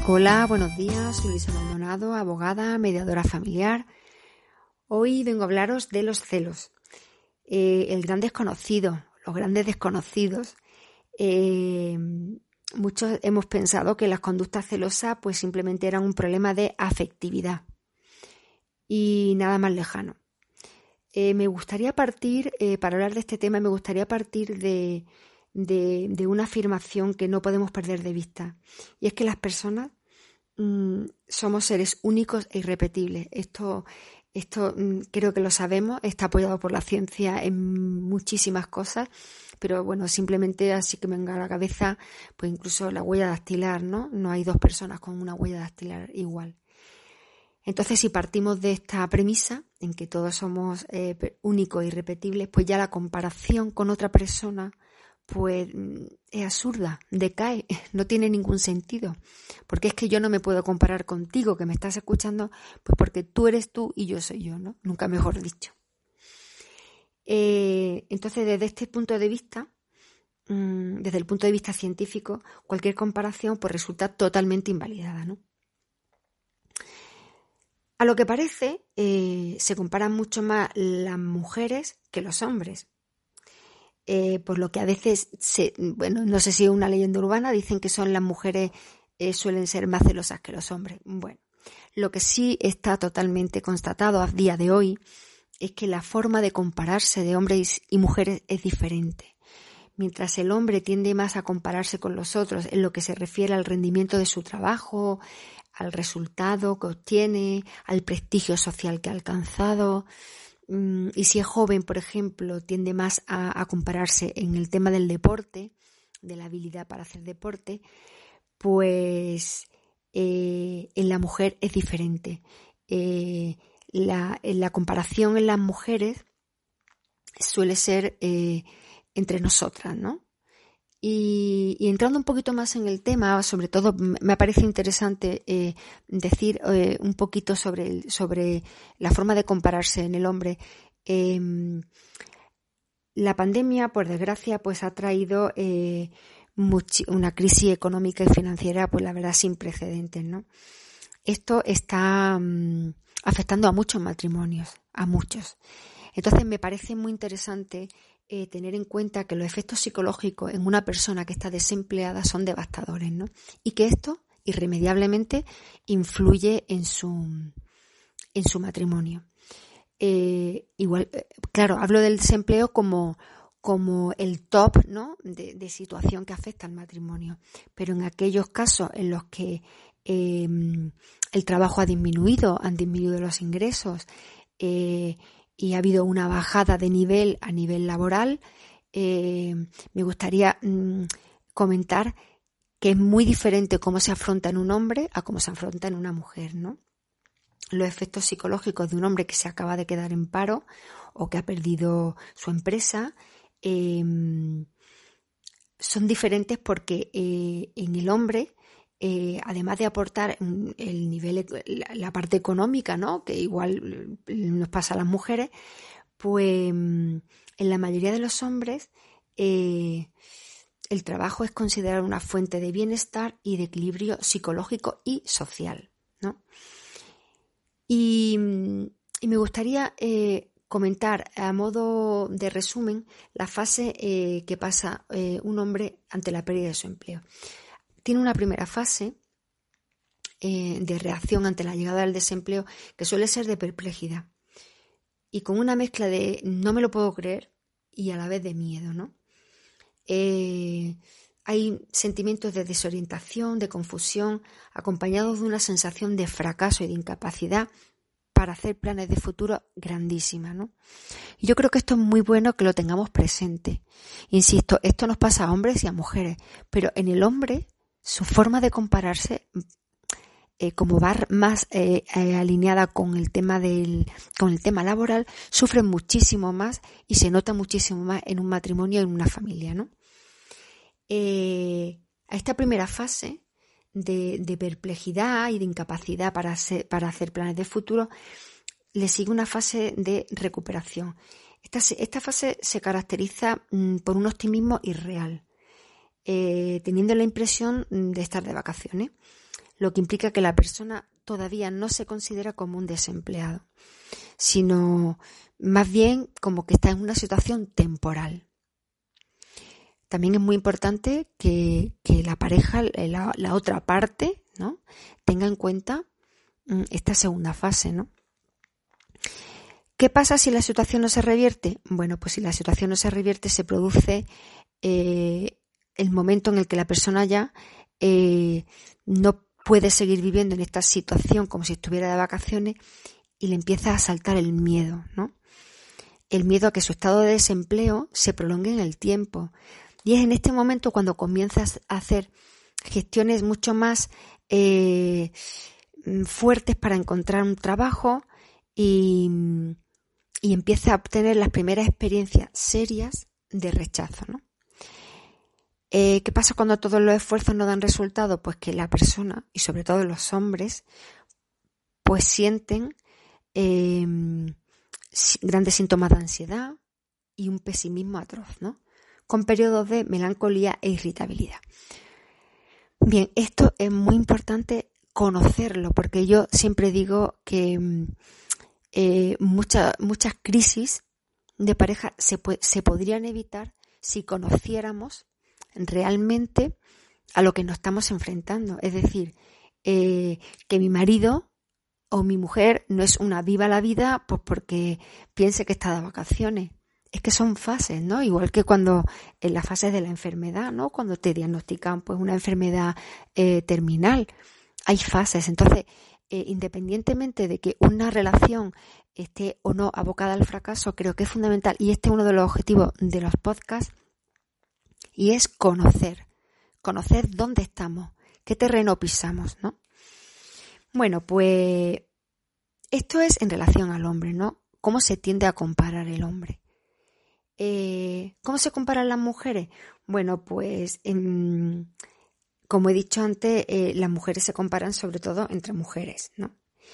Hola, buenos días, soy Luisa Maldonado, abogada, mediadora familiar. Hoy vengo a hablaros de los celos, el gran desconocido, los grandes desconocidos. Muchos hemos pensado que las conductas celosas pues simplemente eran un problema de afectividad y nada más lejano. Me gustaría partir, para hablar de este tema, me gustaría partir de una afirmación que no podemos perder de vista, y es que las personas somos seres únicos e irrepetibles. Esto creo que lo sabemos, está apoyado por la ciencia en muchísimas cosas, pero bueno, simplemente así que me venga a la cabeza, pues incluso la huella dactilar, ¿no? No hay dos personas con una huella dactilar igual. Entonces, si partimos de esta premisa, en que todos somos únicos e irrepetibles, pues ya la comparación con otra persona pues es absurda, decae, no tiene ningún sentido. Porque es que yo no me puedo comparar contigo, que me estás escuchando, pues porque tú eres tú y yo soy yo, ¿no? Nunca mejor dicho. Entonces, desde este punto de vista, desde el punto de vista científico, cualquier comparación pues resulta totalmente invalidada, ¿no? A lo que parece, se comparan mucho más las mujeres que los hombres. Por lo que a veces, no sé si es una leyenda urbana, dicen que son las mujeres suelen ser más celosas que los hombres. Bueno, lo que sí está totalmente constatado a día de hoy es que la forma de compararse de hombres y mujeres es diferente. Mientras el hombre tiende más a compararse con los otros en lo que se refiere al rendimiento de su trabajo, al resultado que obtiene, al prestigio social que ha alcanzado. Y si es joven, por ejemplo, tiende más a compararse en el tema del deporte, de la habilidad para hacer deporte, pues en la mujer es diferente. La comparación en las mujeres suele ser entre nosotras, ¿no? Y entrando un poquito más en el tema, sobre todo me parece interesante decir un poquito sobre la forma de compararse en el hombre. La pandemia, por desgracia, pues ha traído una crisis económica y financiera, pues la verdad, sin precedentes, ¿no? Esto está afectando a muchos matrimonios, a muchos. Entonces me parece muy interesante tener en cuenta que los efectos psicológicos en una persona que está desempleada son devastadores, ¿no? Y que esto irremediablemente influye en su matrimonio. Claro, hablo del desempleo como el top, ¿no? de situación que afecta al matrimonio, pero en aquellos casos en los que el trabajo han disminuido los ingresos, y ha habido una bajada de nivel a nivel laboral, me gustaría comentar que es muy diferente cómo se afronta en un hombre a cómo se afronta en una mujer, ¿no? Los efectos psicológicos de un hombre que se acaba de quedar en paro o que ha perdido su empresa son diferentes porque en el hombre, además de aportar el nivel, la parte económica, ¿no? Que igual nos pasa a las mujeres, pues en la mayoría de los hombres el trabajo es considerado una fuente de bienestar y de equilibrio psicológico y social, ¿no? Y me gustaría comentar a modo de resumen la fase que pasa un hombre ante la pérdida de su empleo. Tiene una primera fase de reacción ante la llegada del desempleo que suele ser de perplejidad y con una mezcla de no me lo puedo creer y a la vez de miedo, ¿no? Hay sentimientos de desorientación, de confusión, acompañados de una sensación de fracaso y de incapacidad para hacer planes de futuro grandísimas, ¿no? Y yo creo que esto es muy bueno que lo tengamos presente. Insisto, esto nos pasa a hombres y a mujeres, pero en el hombre su forma de compararse, como va más alineada con el tema laboral, sufre muchísimo más y se nota muchísimo más en un matrimonio y en una familia, ¿no? A esta primera fase de perplejidad y de incapacidad para hacer planes de futuro le sigue una fase de recuperación. Esta fase se caracteriza por un optimismo irreal, teniendo la impresión de estar de vacaciones. lo que implica que la persona todavía no se considera como un desempleado, sino más bien como que está en una situación temporal. También es muy importante que la pareja, la otra parte, ¿no?, tenga en cuenta esta segunda fase, ¿no? ¿Qué pasa si la situación no se revierte? Bueno, pues si la situación no se revierte, se produce el momento en el que la persona ya no puede seguir viviendo en esta situación como si estuviera de vacaciones y le empieza a asaltar el miedo, ¿no? El miedo a que su estado de desempleo se prolongue en el tiempo. Y es en este momento cuando comienzas a hacer gestiones mucho más fuertes para encontrar un trabajo y empieza a obtener las primeras experiencias serias de rechazo, ¿no? ¿Qué pasa cuando todos los esfuerzos no dan resultado? Pues que la persona, y sobre todo los hombres, pues sienten grandes síntomas de ansiedad y un pesimismo atroz, ¿no?, con periodos de melancolía e irritabilidad. Bien, esto es muy importante conocerlo, porque yo siempre digo que muchas crisis de pareja se podrían evitar si conociéramos realmente a lo que nos estamos enfrentando. Es decir, que mi marido o mi mujer no es una viva la vida pues porque piense que está de vacaciones. Es que son fases, ¿no? Igual que cuando en las fases de la enfermedad, ¿no?, cuando te diagnostican pues una enfermedad terminal, hay fases. Entonces, independientemente de que una relación esté o no abocada al fracaso, creo que es fundamental, y este es uno de los objetivos de los podcasts, y es conocer dónde estamos, qué terreno pisamos, ¿no? Bueno, pues esto es en relación al hombre, ¿no? ¿Cómo se tiende a comparar el hombre? ¿Cómo se comparan las mujeres? Bueno, pues como he dicho antes, las mujeres se comparan sobre todo entre mujeres, ¿no?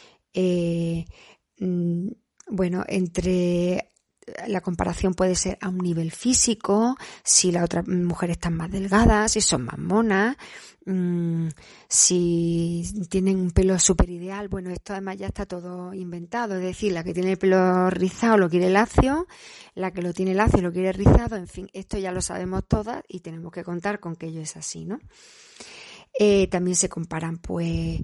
Bueno, la comparación puede ser a un nivel físico, si la otra mujer está más delgada, si son más monas, si tienen un pelo súper ideal. Bueno, esto además ya está todo inventado, es decir, la que tiene el pelo rizado lo quiere lacio, la que lo tiene lacio lo quiere rizado, en fin, esto ya lo sabemos todas y tenemos que contar con que ello es así, ¿no? También se comparan pues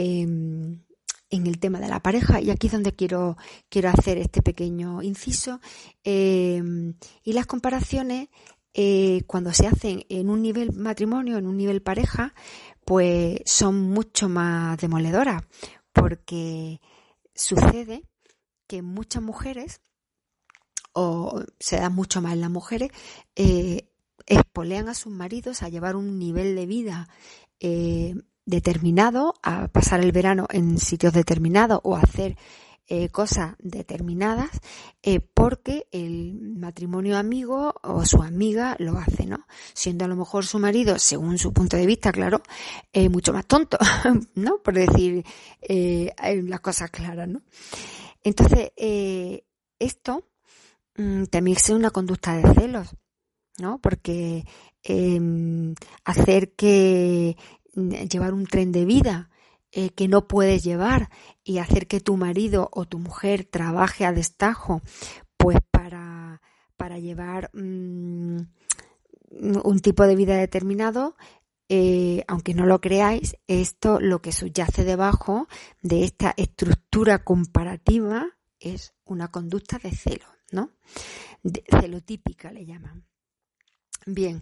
en el tema de la pareja, y aquí es donde quiero hacer este pequeño inciso, y las comparaciones cuando se hacen en un nivel matrimonio, en un nivel pareja, pues son mucho más demoledoras, porque sucede que muchas mujeres, o se da mucho más en las mujeres, espolean a sus maridos a llevar un nivel de vida determinado, a pasar el verano en sitios determinados o a hacer cosas determinadas porque el matrimonio amigo o su amiga lo hace, ¿no? Siendo a lo mejor su marido, según su punto de vista, claro, mucho más tonto, ¿no? Por decir las cosas claras, ¿no? Entonces, esto también es una conducta de celos, ¿no? Porque hacer que llevar un tren de vida que no puedes llevar y hacer que tu marido o tu mujer trabaje a destajo pues para llevar un tipo de vida determinado, aunque no lo creáis, esto lo que subyace debajo de esta estructura comparativa es una conducta de celo, ¿no? Celotípica le llaman. Bien,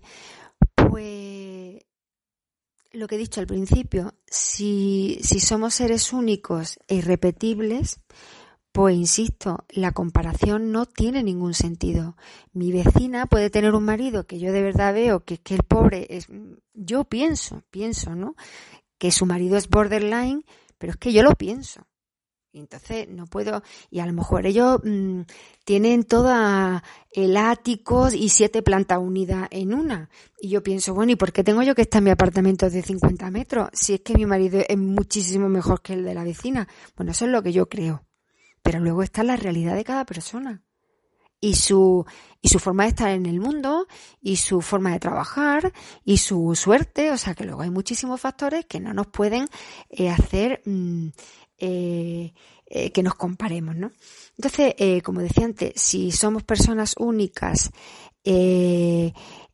pues lo que he dicho al principio, si somos seres únicos e irrepetibles, pues insisto, la comparación no tiene ningún sentido. Mi vecina puede tener un marido que yo de verdad veo que el pobre es, yo pienso, ¿no?, que su marido es borderline, pero es que yo lo pienso. Y entonces no puedo, y a lo mejor ellos tienen toda el ático y 7 plantas unidas en una. Y yo pienso, bueno, ¿y por qué tengo yo que estar en mi apartamento de 50 metros? Si es que mi marido es muchísimo mejor que el de la vecina. Bueno, eso es lo que yo creo. Pero luego está la realidad de cada persona. y su forma de estar en el mundo y su forma de trabajar y su suerte. O sea que luego hay muchísimos factores que no nos pueden hacer que nos comparemos, ¿no? Entonces, como decía antes, si somos personas únicas e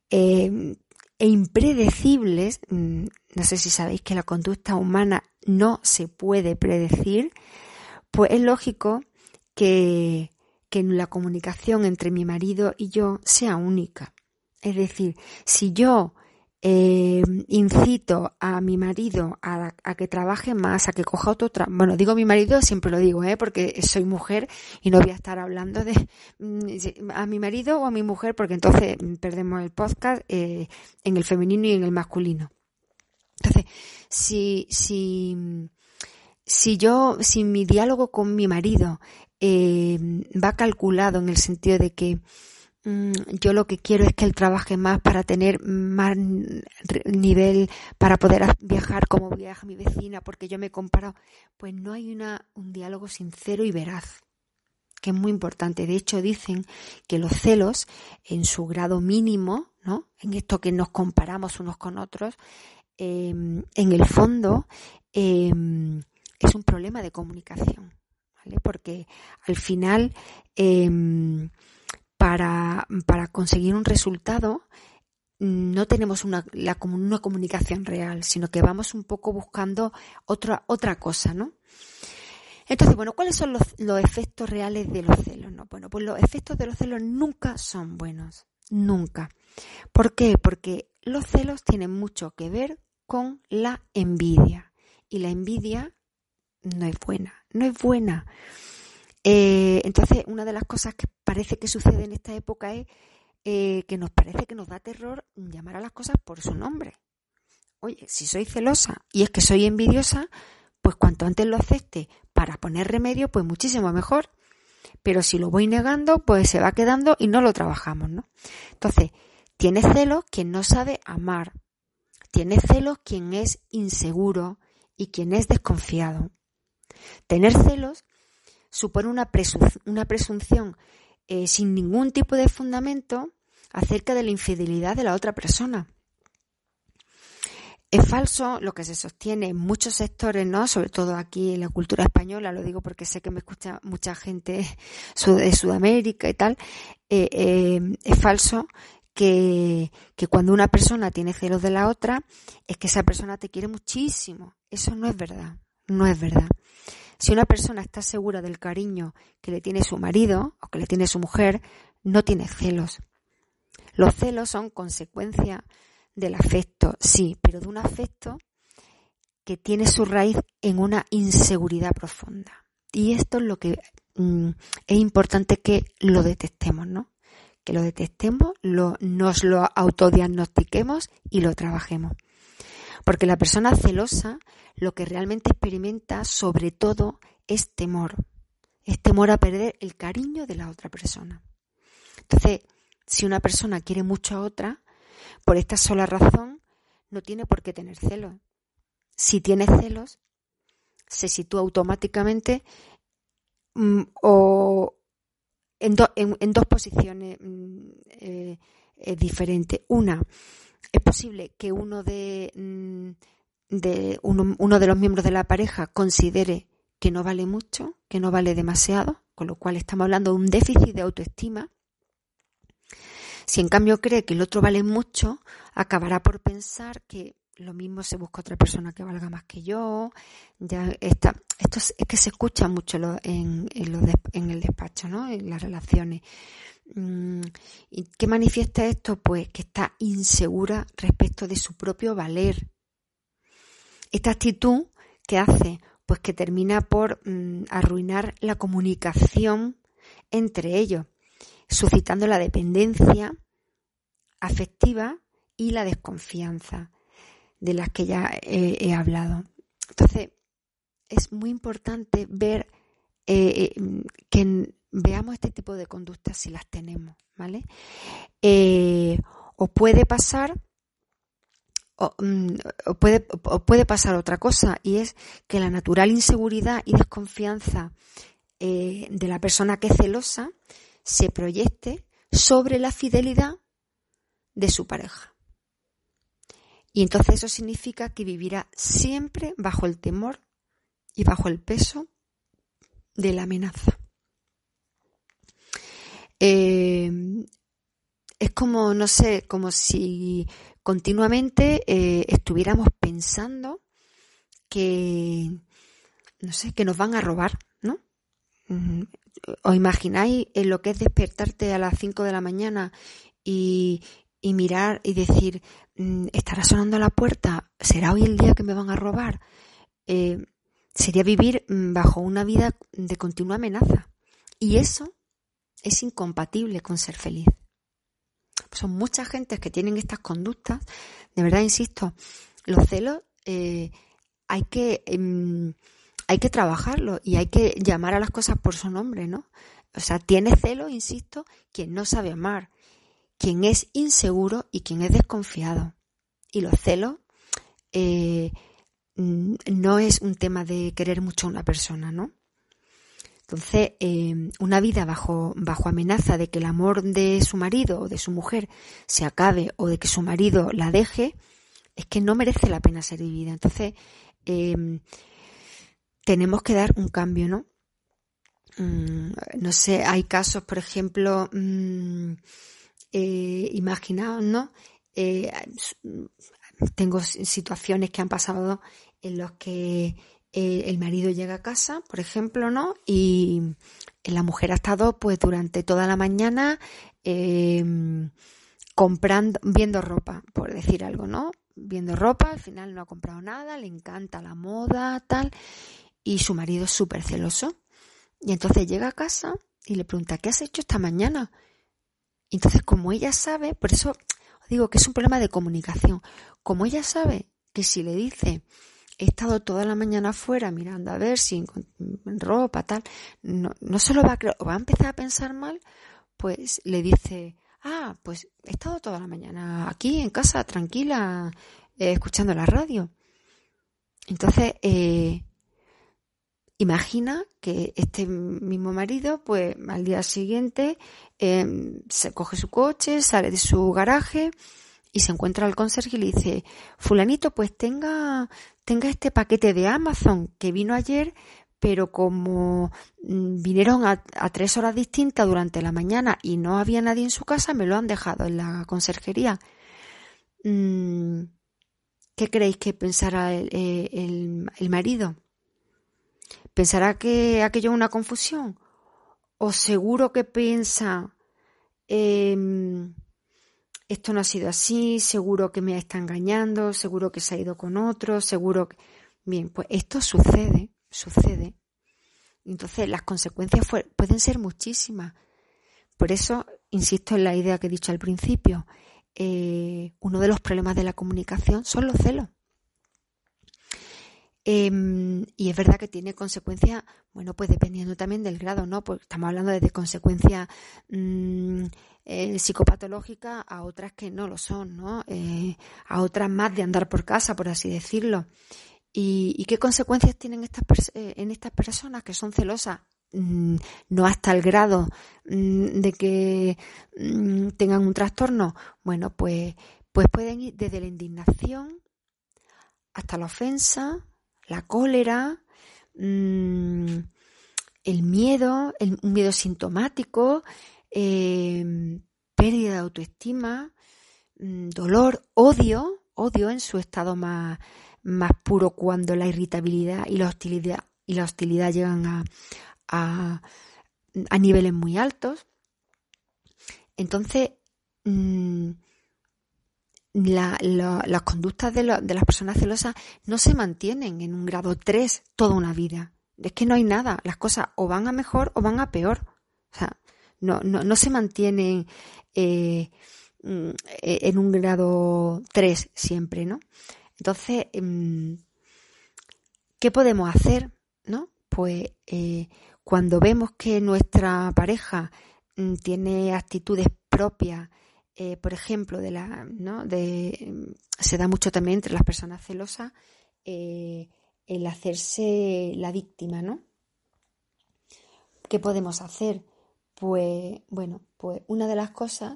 impredecibles, no sé si sabéis que la conducta humana no se puede predecir, pues es lógico que la comunicación entre mi marido y yo sea única. Es decir, si yo incito a mi marido a que trabaje más, a que coja otro trabajo. Bueno, digo mi marido, siempre lo digo, porque soy mujer y no voy a estar hablando de a mi marido o a mi mujer, porque entonces perdemos el podcast en el femenino y en el masculino. Entonces, si mi diálogo con mi marido va calculado en el sentido de que yo lo que quiero es que él trabaje más para tener más nivel, para poder viajar como viaja mi vecina, porque yo me comparo, pues no hay un diálogo sincero y veraz, que es muy importante. De hecho, dicen que los celos, en su grado mínimo, ¿no?, en esto que nos comparamos unos con otros, en el fondo es un problema de comunicación, ¿vale? Porque al final para conseguir un resultado no tenemos una comunicación real, sino que vamos un poco buscando otra cosa, ¿no? Entonces, bueno, ¿cuáles son los efectos reales de los celos? ¿No? Bueno, pues los efectos de los celos nunca son buenos, nunca. ¿Por qué? Porque los celos tienen mucho que ver con la envidia, y la envidia no es buena. Entonces, una de las cosas que parece que sucede en esta época es que nos parece que nos da terror llamar a las cosas por su nombre. Oye, si soy celosa y es que soy envidiosa, pues cuanto antes lo acepte para poner remedio, pues muchísimo mejor. Pero si lo voy negando, pues se va quedando y no lo trabajamos, ¿no? Entonces, tiene celos quien no sabe amar. Tiene celos quien es inseguro y quien es desconfiado. Tener celos supone una presunción sin ningún tipo de fundamento acerca de la infidelidad de la otra persona. Es falso lo que se sostiene en muchos sectores, ¿no?, sobre todo aquí en la cultura española, lo digo porque sé que me escucha mucha gente de Sudamérica y tal. Es falso que cuando una persona tiene celos de la otra es que esa persona te quiere muchísimo. Eso no es verdad, no es verdad. Si una persona está segura del cariño que le tiene su marido o que le tiene su mujer, no tiene celos. Los celos son consecuencia del afecto, sí, pero de un afecto que tiene su raíz en una inseguridad profunda. Y esto es lo que es importante que lo detectemos, ¿no? Que lo detectemos, nos lo autodiagnostiquemos y lo trabajemos. Porque la persona celosa lo que realmente experimenta sobre todo es temor. Es temor a perder el cariño de la otra persona. Entonces, si una persona quiere mucho a otra, por esta sola razón no tiene por qué tener celos. Si tiene celos, se sitúa automáticamente o en dos posiciones diferentes. Una, es posible que uno de los miembros de la pareja considere que no vale mucho, que no vale demasiado, con lo cual estamos hablando de un déficit de autoestima. Si en cambio cree que el otro vale mucho, acabará por pensar que lo mismo se busca otra persona que valga más que yo. Esto es que se escucha mucho en el despacho, ¿no?, en las relaciones. ¿Y qué manifiesta esto? Pues que está insegura respecto de su propio valer. Esta actitud, ¿qué hace? Pues que termina por arruinar la comunicación entre ellos, suscitando la dependencia afectiva y la desconfianza de las que ya he hablado. Entonces, es muy importante ver que veamos este tipo de conductas si las tenemos, ¿vale? O puede pasar puede pasar otra cosa, y es que la natural inseguridad y desconfianza de la persona que es celosa se proyecte sobre la fidelidad de su pareja. Y entonces eso significa que vivirá siempre bajo el temor y bajo el peso de la amenaza. Es como, no sé, como si continuamente estuviéramos pensando que, no sé, que nos van a robar, ¿no? ¿Os imagináis en lo que es despertarte a las 5 de la mañana y mirar y decir, estará sonando la puerta, será hoy el día que me van a robar? Sería vivir bajo una vida de continua amenaza. Y eso es incompatible con ser feliz. Son muchas gentes que tienen estas conductas. De verdad, insisto, los celos hay que trabajarlos y hay que llamar a las cosas por su nombre, ¿no? O sea, tiene celos, insisto, quien no sabe amar, quien es inseguro y quien es desconfiado. Y los celos no es un tema de querer mucho a una persona, ¿no? Entonces, una vida bajo amenaza de que el amor de su marido o de su mujer se acabe o de que su marido la deje, es que no merece la pena ser vivida. Entonces, tenemos que dar un cambio, ¿no? No sé, hay casos, por ejemplo, imaginaos, ¿no? Tengo situaciones que han pasado en los que el marido llega a casa, por ejemplo, ¿no? Y la mujer ha estado pues durante toda la mañana viendo ropa, por decir algo, ¿no? Viendo ropa, al final no ha comprado nada, le encanta la moda, tal, y su marido es súper celoso. Y entonces llega a casa y le pregunta, ¿qué has hecho esta mañana? Y entonces, como ella sabe, por eso os digo que es un problema de comunicación, como ella sabe que si le dice, he estado toda la mañana afuera mirando a ver si ropa, tal, no se lo va a creer, o va a empezar a pensar mal, pues le dice, pues he estado toda la mañana aquí en casa, tranquila, escuchando la radio. Entonces, imagina que este mismo marido, pues al día siguiente, se coge su coche, sale de su garaje y se encuentra al conserje y le dice, fulanito, pues tenga este paquete de Amazon que vino ayer, pero como vinieron a 3 horas distintas durante la mañana y no había nadie en su casa, me lo han dejado en la conserjería. ¿Qué creéis que pensará el marido? ¿Pensará que aquello es una confusión? ¿O seguro que piensa, esto no ha sido así, seguro que me está engañando, seguro que se ha ido con otro, seguro que... Bien, pues esto sucede. Entonces las consecuencias pueden ser muchísimas. Por eso, insisto en la idea que he dicho al principio, uno de los problemas de la comunicación son los celos. Y es verdad que tiene consecuencias, bueno, pues dependiendo también del grado, ¿no? Pues estamos hablando de consecuencias psicopatológicas a otras que no lo son, ¿no? A otras más de andar por casa, por así decirlo. ¿Y qué consecuencias tienen en estas personas que son celosas? No hasta el grado de que tengan un trastorno. Bueno, pues pueden ir desde la indignación hasta la ofensa, la cólera, el miedo, un miedo sintomático, pérdida de autoestima, dolor, odio en su estado más puro, cuando la irritabilidad y la hostilidad llegan a niveles muy altos. Entonces, las conductas de las personas celosas no se mantienen en un grado 3 toda una vida. Es que no hay nada. Las cosas o van a mejor o van a peor. O sea, no se mantienen en un grado 3 siempre, ¿no? Entonces, ¿qué podemos hacer? ¿No? Pues cuando vemos que nuestra pareja tiene actitudes propias, por ejemplo, se da mucho también entre las personas celosas el hacerse la víctima, ¿no? ¿Qué podemos hacer? pues bueno, pues una de las cosas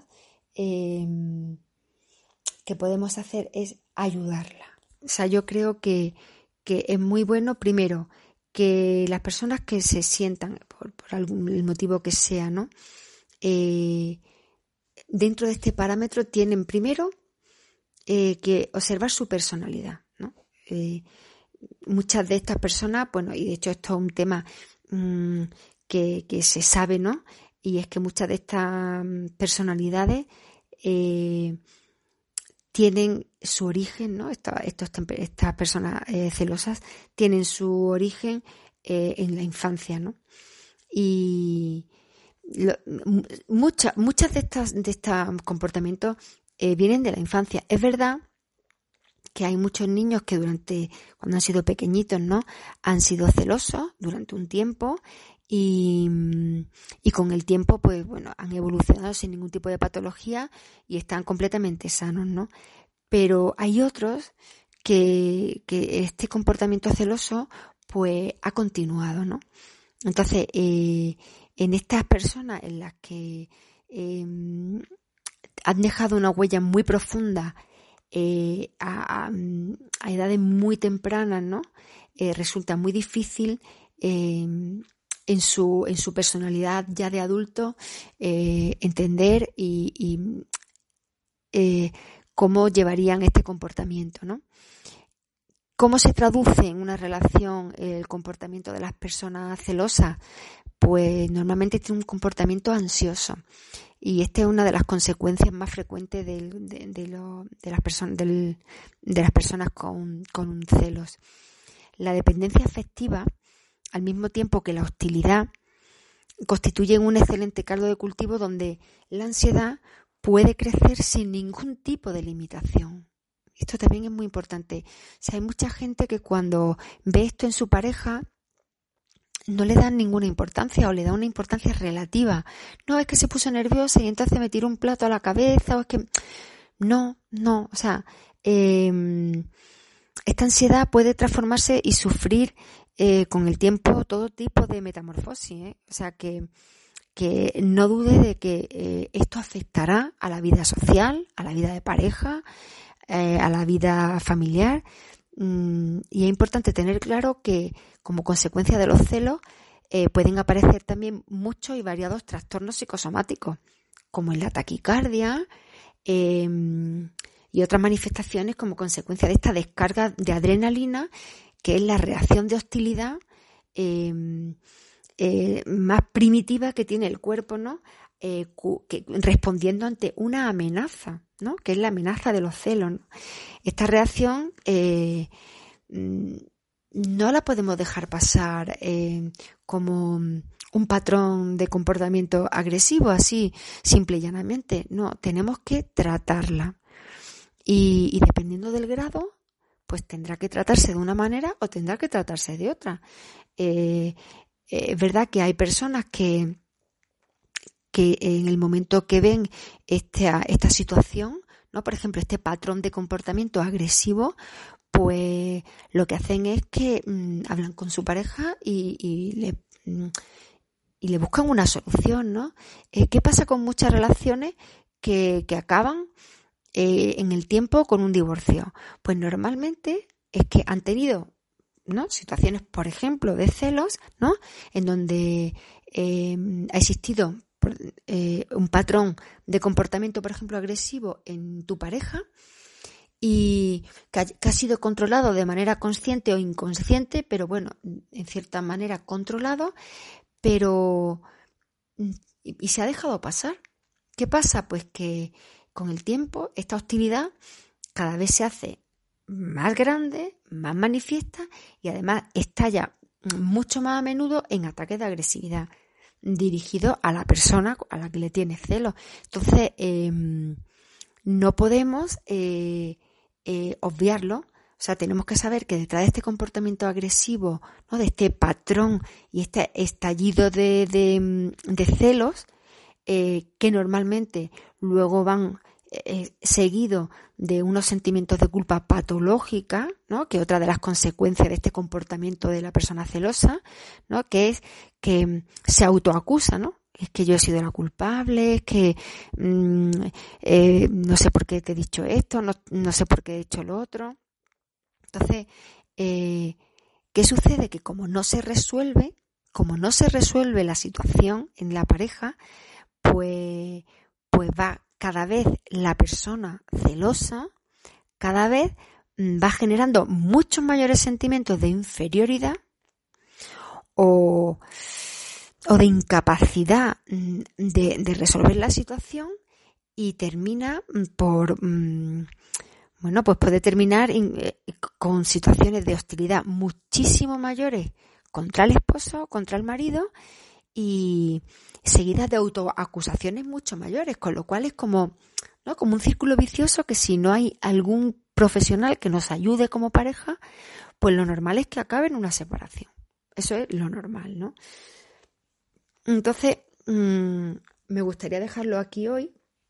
que podemos hacer es ayudarla. O sea, yo creo que es muy bueno, primero, que las personas que se sientan, por el motivo que sea, ¿no? Dentro de este parámetro tienen primero que observar su personalidad, ¿no? Muchas de estas personas, bueno, y de hecho esto es un tema que se sabe, ¿no? Y es que muchas de estas personalidades tienen su origen, ¿no? Estas personas celosas tienen su origen en la infancia, ¿no? Y muchas de estos comportamientos vienen de la infancia. Es verdad que hay muchos niños que cuando han sido pequeñitos, ¿no? Han sido celosos durante un tiempo y con el tiempo, pues bueno, han evolucionado sin ningún tipo de patología y están completamente sanos, ¿no? Pero hay otros que este comportamiento celoso, pues ha continuado, ¿no? Entonces, en estas personas en las que han dejado una huella muy profunda a edades muy tempranas, ¿no? Resulta muy difícil en su personalidad ya de adulto entender y cómo llevarían este comportamiento, ¿no? ¿Cómo se traduce en una relación el comportamiento de las personas celosas? Pues normalmente tiene un comportamiento ansioso. Y esta es una de las consecuencias más frecuentes de las personas con celos. La dependencia afectiva, al mismo tiempo que la hostilidad, constituyen un excelente caldo de cultivo donde la ansiedad puede crecer sin ningún tipo de limitación. Esto también es muy importante. O sea, hay mucha gente que cuando ve esto en su pareja no le dan ninguna importancia o le da una importancia relativa. No, es que se puso nerviosa y entonces me tiró un plato a la cabeza o es que... No, o sea, esta ansiedad puede transformarse y sufrir con el tiempo todo tipo de metamorfosis, O sea, que no dude de que esto afectará a la vida social, a la vida de pareja, a la vida familiar. Y es importante tener claro que como consecuencia de los celos pueden aparecer también muchos y variados trastornos psicosomáticos, como es la taquicardia y otras manifestaciones como consecuencia de esta descarga de adrenalina, que es la reacción de hostilidad más primitiva que tiene el cuerpo, ¿no? Respondiendo ante una amenaza, ¿no? Que es la amenaza de los celos, ¿no? Esta reacción no la podemos dejar pasar como un patrón de comportamiento agresivo, así simple y llanamente. No, tenemos que tratarla. Y dependiendo del grado, pues tendrá que tratarse de una manera o tendrá que tratarse de otra. Es verdad que hay personas que en el momento que ven esta situación, ¿no? Por ejemplo, este patrón de comportamiento agresivo, pues lo que hacen es que hablan con su pareja y le buscan una solución, ¿no? ¿Qué pasa con muchas relaciones que acaban en el tiempo con un divorcio? Pues normalmente es que han tenido, ¿no? Situaciones, por ejemplo, de celos, ¿no? En donde ha existido un patrón de comportamiento, por ejemplo, agresivo en tu pareja y que ha sido controlado de manera consciente o inconsciente, pero bueno, en cierta manera controlado, pero y se ha dejado pasar. ¿Qué pasa? Pues que con el tiempo esta hostilidad cada vez se hace más grande, más manifiesta y además estalla mucho más a menudo en ataques de agresividad dirigido a la persona a la que le tiene celos. Entonces, no podemos obviarlo. O sea, tenemos que saber que detrás de este comportamiento agresivo, ¿no? De este patrón y este estallido de celos, que normalmente luego van seguido de unos sentimientos de culpa patológica, ¿no? Que otra de las consecuencias de este comportamiento de la persona celosa, ¿no? Que es que se autoacusa, ¿no? es que yo he sido la culpable, es que no sé por qué te he dicho esto, no sé por qué he hecho lo otro. Entonces, ¿qué sucede? Que como no se resuelve la situación en la pareja, pues va cada vez la persona celosa, cada vez va generando muchos mayores sentimientos de inferioridad o de incapacidad de resolver la situación, y termina por, pues puede terminar con situaciones de hostilidad muchísimo mayores contra el esposo, contra el marido, y seguidas de autoacusaciones mucho mayores, con lo cual es como un círculo vicioso que, si no hay algún profesional que nos ayude como pareja, pues lo normal es que acabe en una separación. Eso es lo normal, ¿no? Entonces, me gustaría dejarlo aquí hoy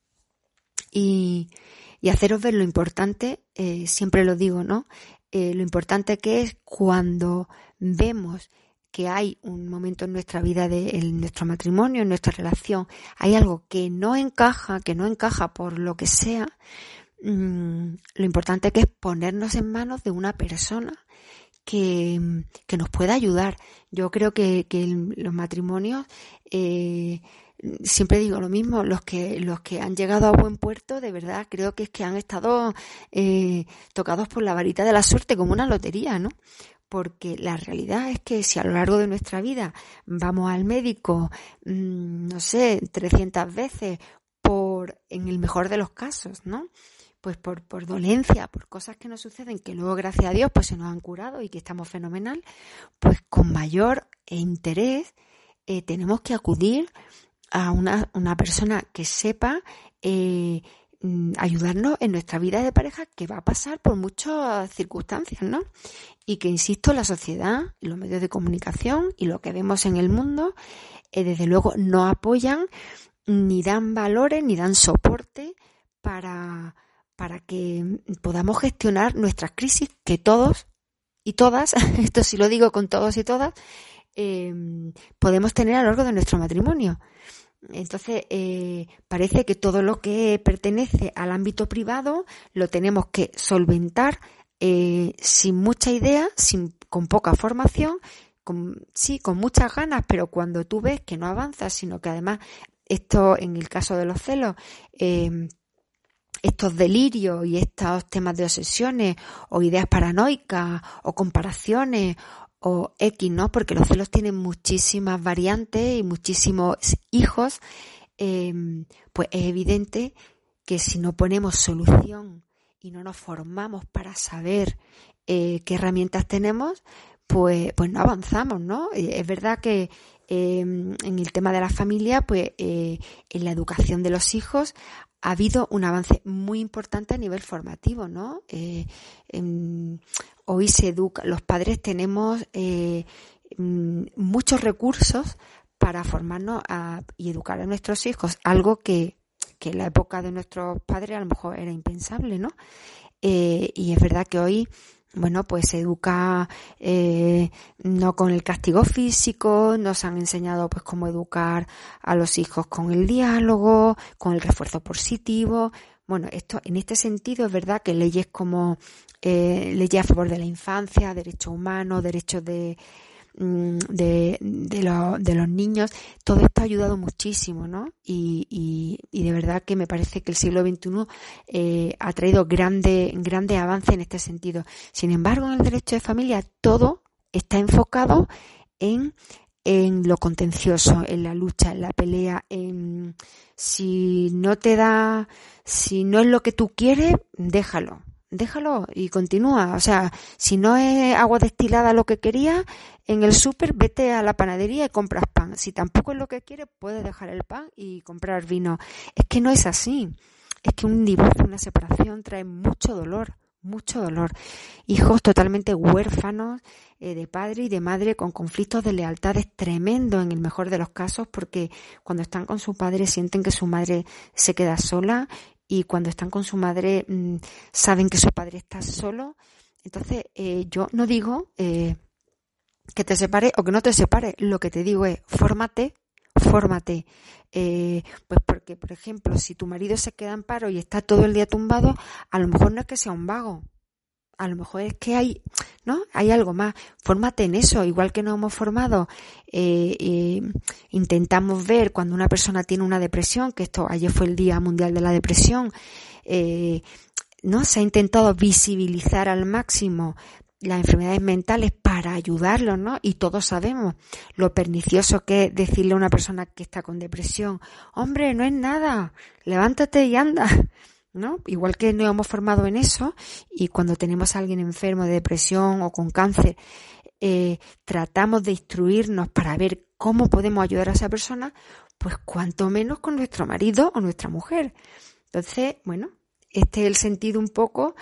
y haceros ver lo importante, siempre lo digo, ¿no? Lo importante que es cuando vemos que hay un momento en nuestra vida, en nuestro matrimonio, en nuestra relación, hay algo que no encaja por lo que sea. Lo importante que es ponernos en manos de una persona que nos pueda ayudar. Yo creo que los matrimonios, siempre digo lo mismo, los que han llegado a buen puerto, de verdad creo que es que han estado tocados por la varita de la suerte, como una lotería, ¿no? Porque la realidad es que si a lo largo de nuestra vida vamos al médico, 300 veces, en el mejor de los casos, ¿no? Pues por dolencia, por cosas que nos suceden, que luego, gracias a Dios, pues se nos han curado y que estamos fenomenal, pues con mayor interés tenemos que acudir a una persona que sepa ayudarnos en nuestra vida de pareja, que va a pasar por muchas circunstancias, ¿no? Y que, insisto, la sociedad, los medios de comunicación y lo que vemos en el mundo, desde luego no apoyan, ni dan valores, ni dan soporte para que podamos gestionar nuestras crisis, que todos y todas, esto sí lo digo con todos y todas, podemos tener a lo largo de nuestro matrimonio. Entonces, parece que todo lo que pertenece al ámbito privado lo tenemos que solventar sin mucha idea, con poca formación, con muchas ganas, pero cuando tú ves que no avanzas, sino que además, esto en el caso de los celos, estos delirios y estos temas de obsesiones o ideas paranoicas o comparaciones o X, ¿no? Porque los celos tienen muchísimas variantes y muchísimos hijos, pues es evidente que si no ponemos solución y no nos formamos para saber qué herramientas tenemos, pues no avanzamos, ¿no? Es verdad que en el tema de la familia, pues en la educación de los hijos ha habido un avance muy importante a nivel formativo, ¿no? Hoy se educa, los padres tenemos muchos recursos para formarnos y educar a nuestros hijos, algo que en la época de nuestros padres a lo mejor era impensable, ¿no? Y es verdad que hoy, pues se educa no con el castigo físico, nos han enseñado pues cómo educar a los hijos con el diálogo, con el refuerzo positivo. Bueno, esto en este sentido es verdad que leyes como leyes a favor de la infancia, derechos humanos, derechos de los niños, todo esto ha ayudado muchísimo, ¿no? Y de verdad que me parece que el siglo XXI ha traído grande avance en este sentido. Sin embargo, en el derecho de familia todo está enfocado en lo contencioso, en la lucha, en la pelea, en si no es lo que tú quieres, déjalo y continúa. O sea, si no es agua destilada lo que querías en el súper, vete a la panadería y compras pan. Si tampoco es lo que quieres, puedes dejar el pan y comprar vino. Es que no es así. Es que un divorcio, una separación trae mucho dolor. Hijos totalmente huérfanos de padre y de madre, con conflictos de lealtades tremendos en el mejor de los casos, porque cuando están con su padre sienten que su madre se queda sola, y cuando están con su madre saben que su padre está solo. Entonces yo no digo que te separes o que no te separes, lo que te digo es fórmate fórmate. Pues porque, por ejemplo, si tu marido se queda en paro y está todo el día tumbado, a lo mejor no es que sea un vago. A lo mejor es que hay algo más. Fórmate en eso, igual que nos hemos formado. Intentamos ver cuando una persona tiene una depresión, que ayer fue el Día Mundial de la Depresión, ¿no? Se ha intentado visibilizar al máximo las enfermedades mentales para ayudarlos, ¿no? Y todos sabemos lo pernicioso que es decirle a una persona que está con depresión, hombre, no es nada, levántate y anda, ¿no? Igual que nos hemos formado en eso, y cuando tenemos a alguien enfermo de depresión o con cáncer, tratamos de instruirnos para ver cómo podemos ayudar a esa persona, pues cuanto menos con nuestro marido o nuestra mujer. Entonces, bueno, este es el sentido un poco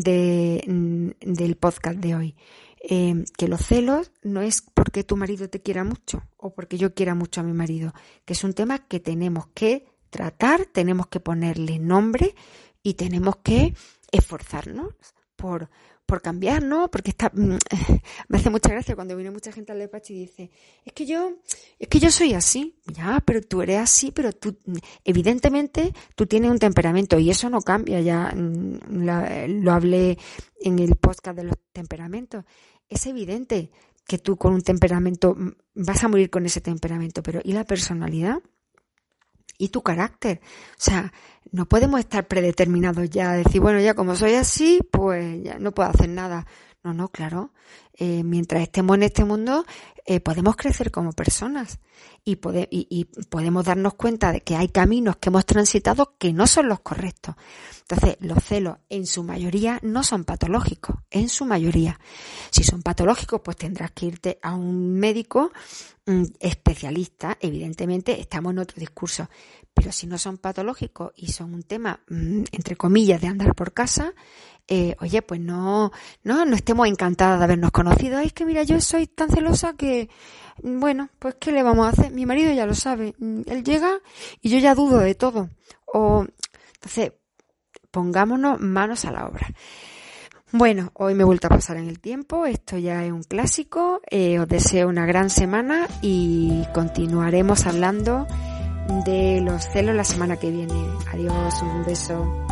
del podcast de hoy. Que los celos no es porque tu marido te quiera mucho o porque yo quiera mucho a mi marido, que es un tema que tenemos que tratar, tenemos que ponerle nombre y tenemos que esforzarnos por cambiar, ¿no? Porque me hace mucha gracia cuando viene mucha gente al despacho y dice, es que yo soy así. Ya, pero tú eres así, pero tú, evidentemente, tú tienes un temperamento y eso no cambia. Ya lo hablé en el podcast de los temperamentos. Es evidente que tú con un temperamento vas a morir con ese temperamento, pero ¿y la personalidad? ¿Y tu carácter? O sea, no podemos estar predeterminados ya, decir, bueno, ya como soy así, pues ya no puedo hacer nada. No, claro. Mientras estemos en este mundo, podemos crecer como personas y podemos darnos cuenta de que hay caminos que hemos transitado que no son los correctos. Entonces, los celos en su mayoría no son patológicos, en su mayoría. Si son patológicos, pues tendrás que irte a un médico especialista. Evidentemente, estamos en otro discurso. Pero si no son patológicos y son un tema, entre comillas, de andar por casa, oye, pues no estemos encantadas de habernos conocido. Es que mira, yo soy tan celosa que, bueno, pues ¿qué le vamos a hacer? Mi marido ya lo sabe. Él llega y yo ya dudo de todo. Entonces, pongámonos manos a la obra. Bueno, hoy me he vuelto a pasar en el tiempo, esto ya es un clásico, os deseo una gran semana y continuaremos hablando de los celos la semana que viene. Adiós, un beso.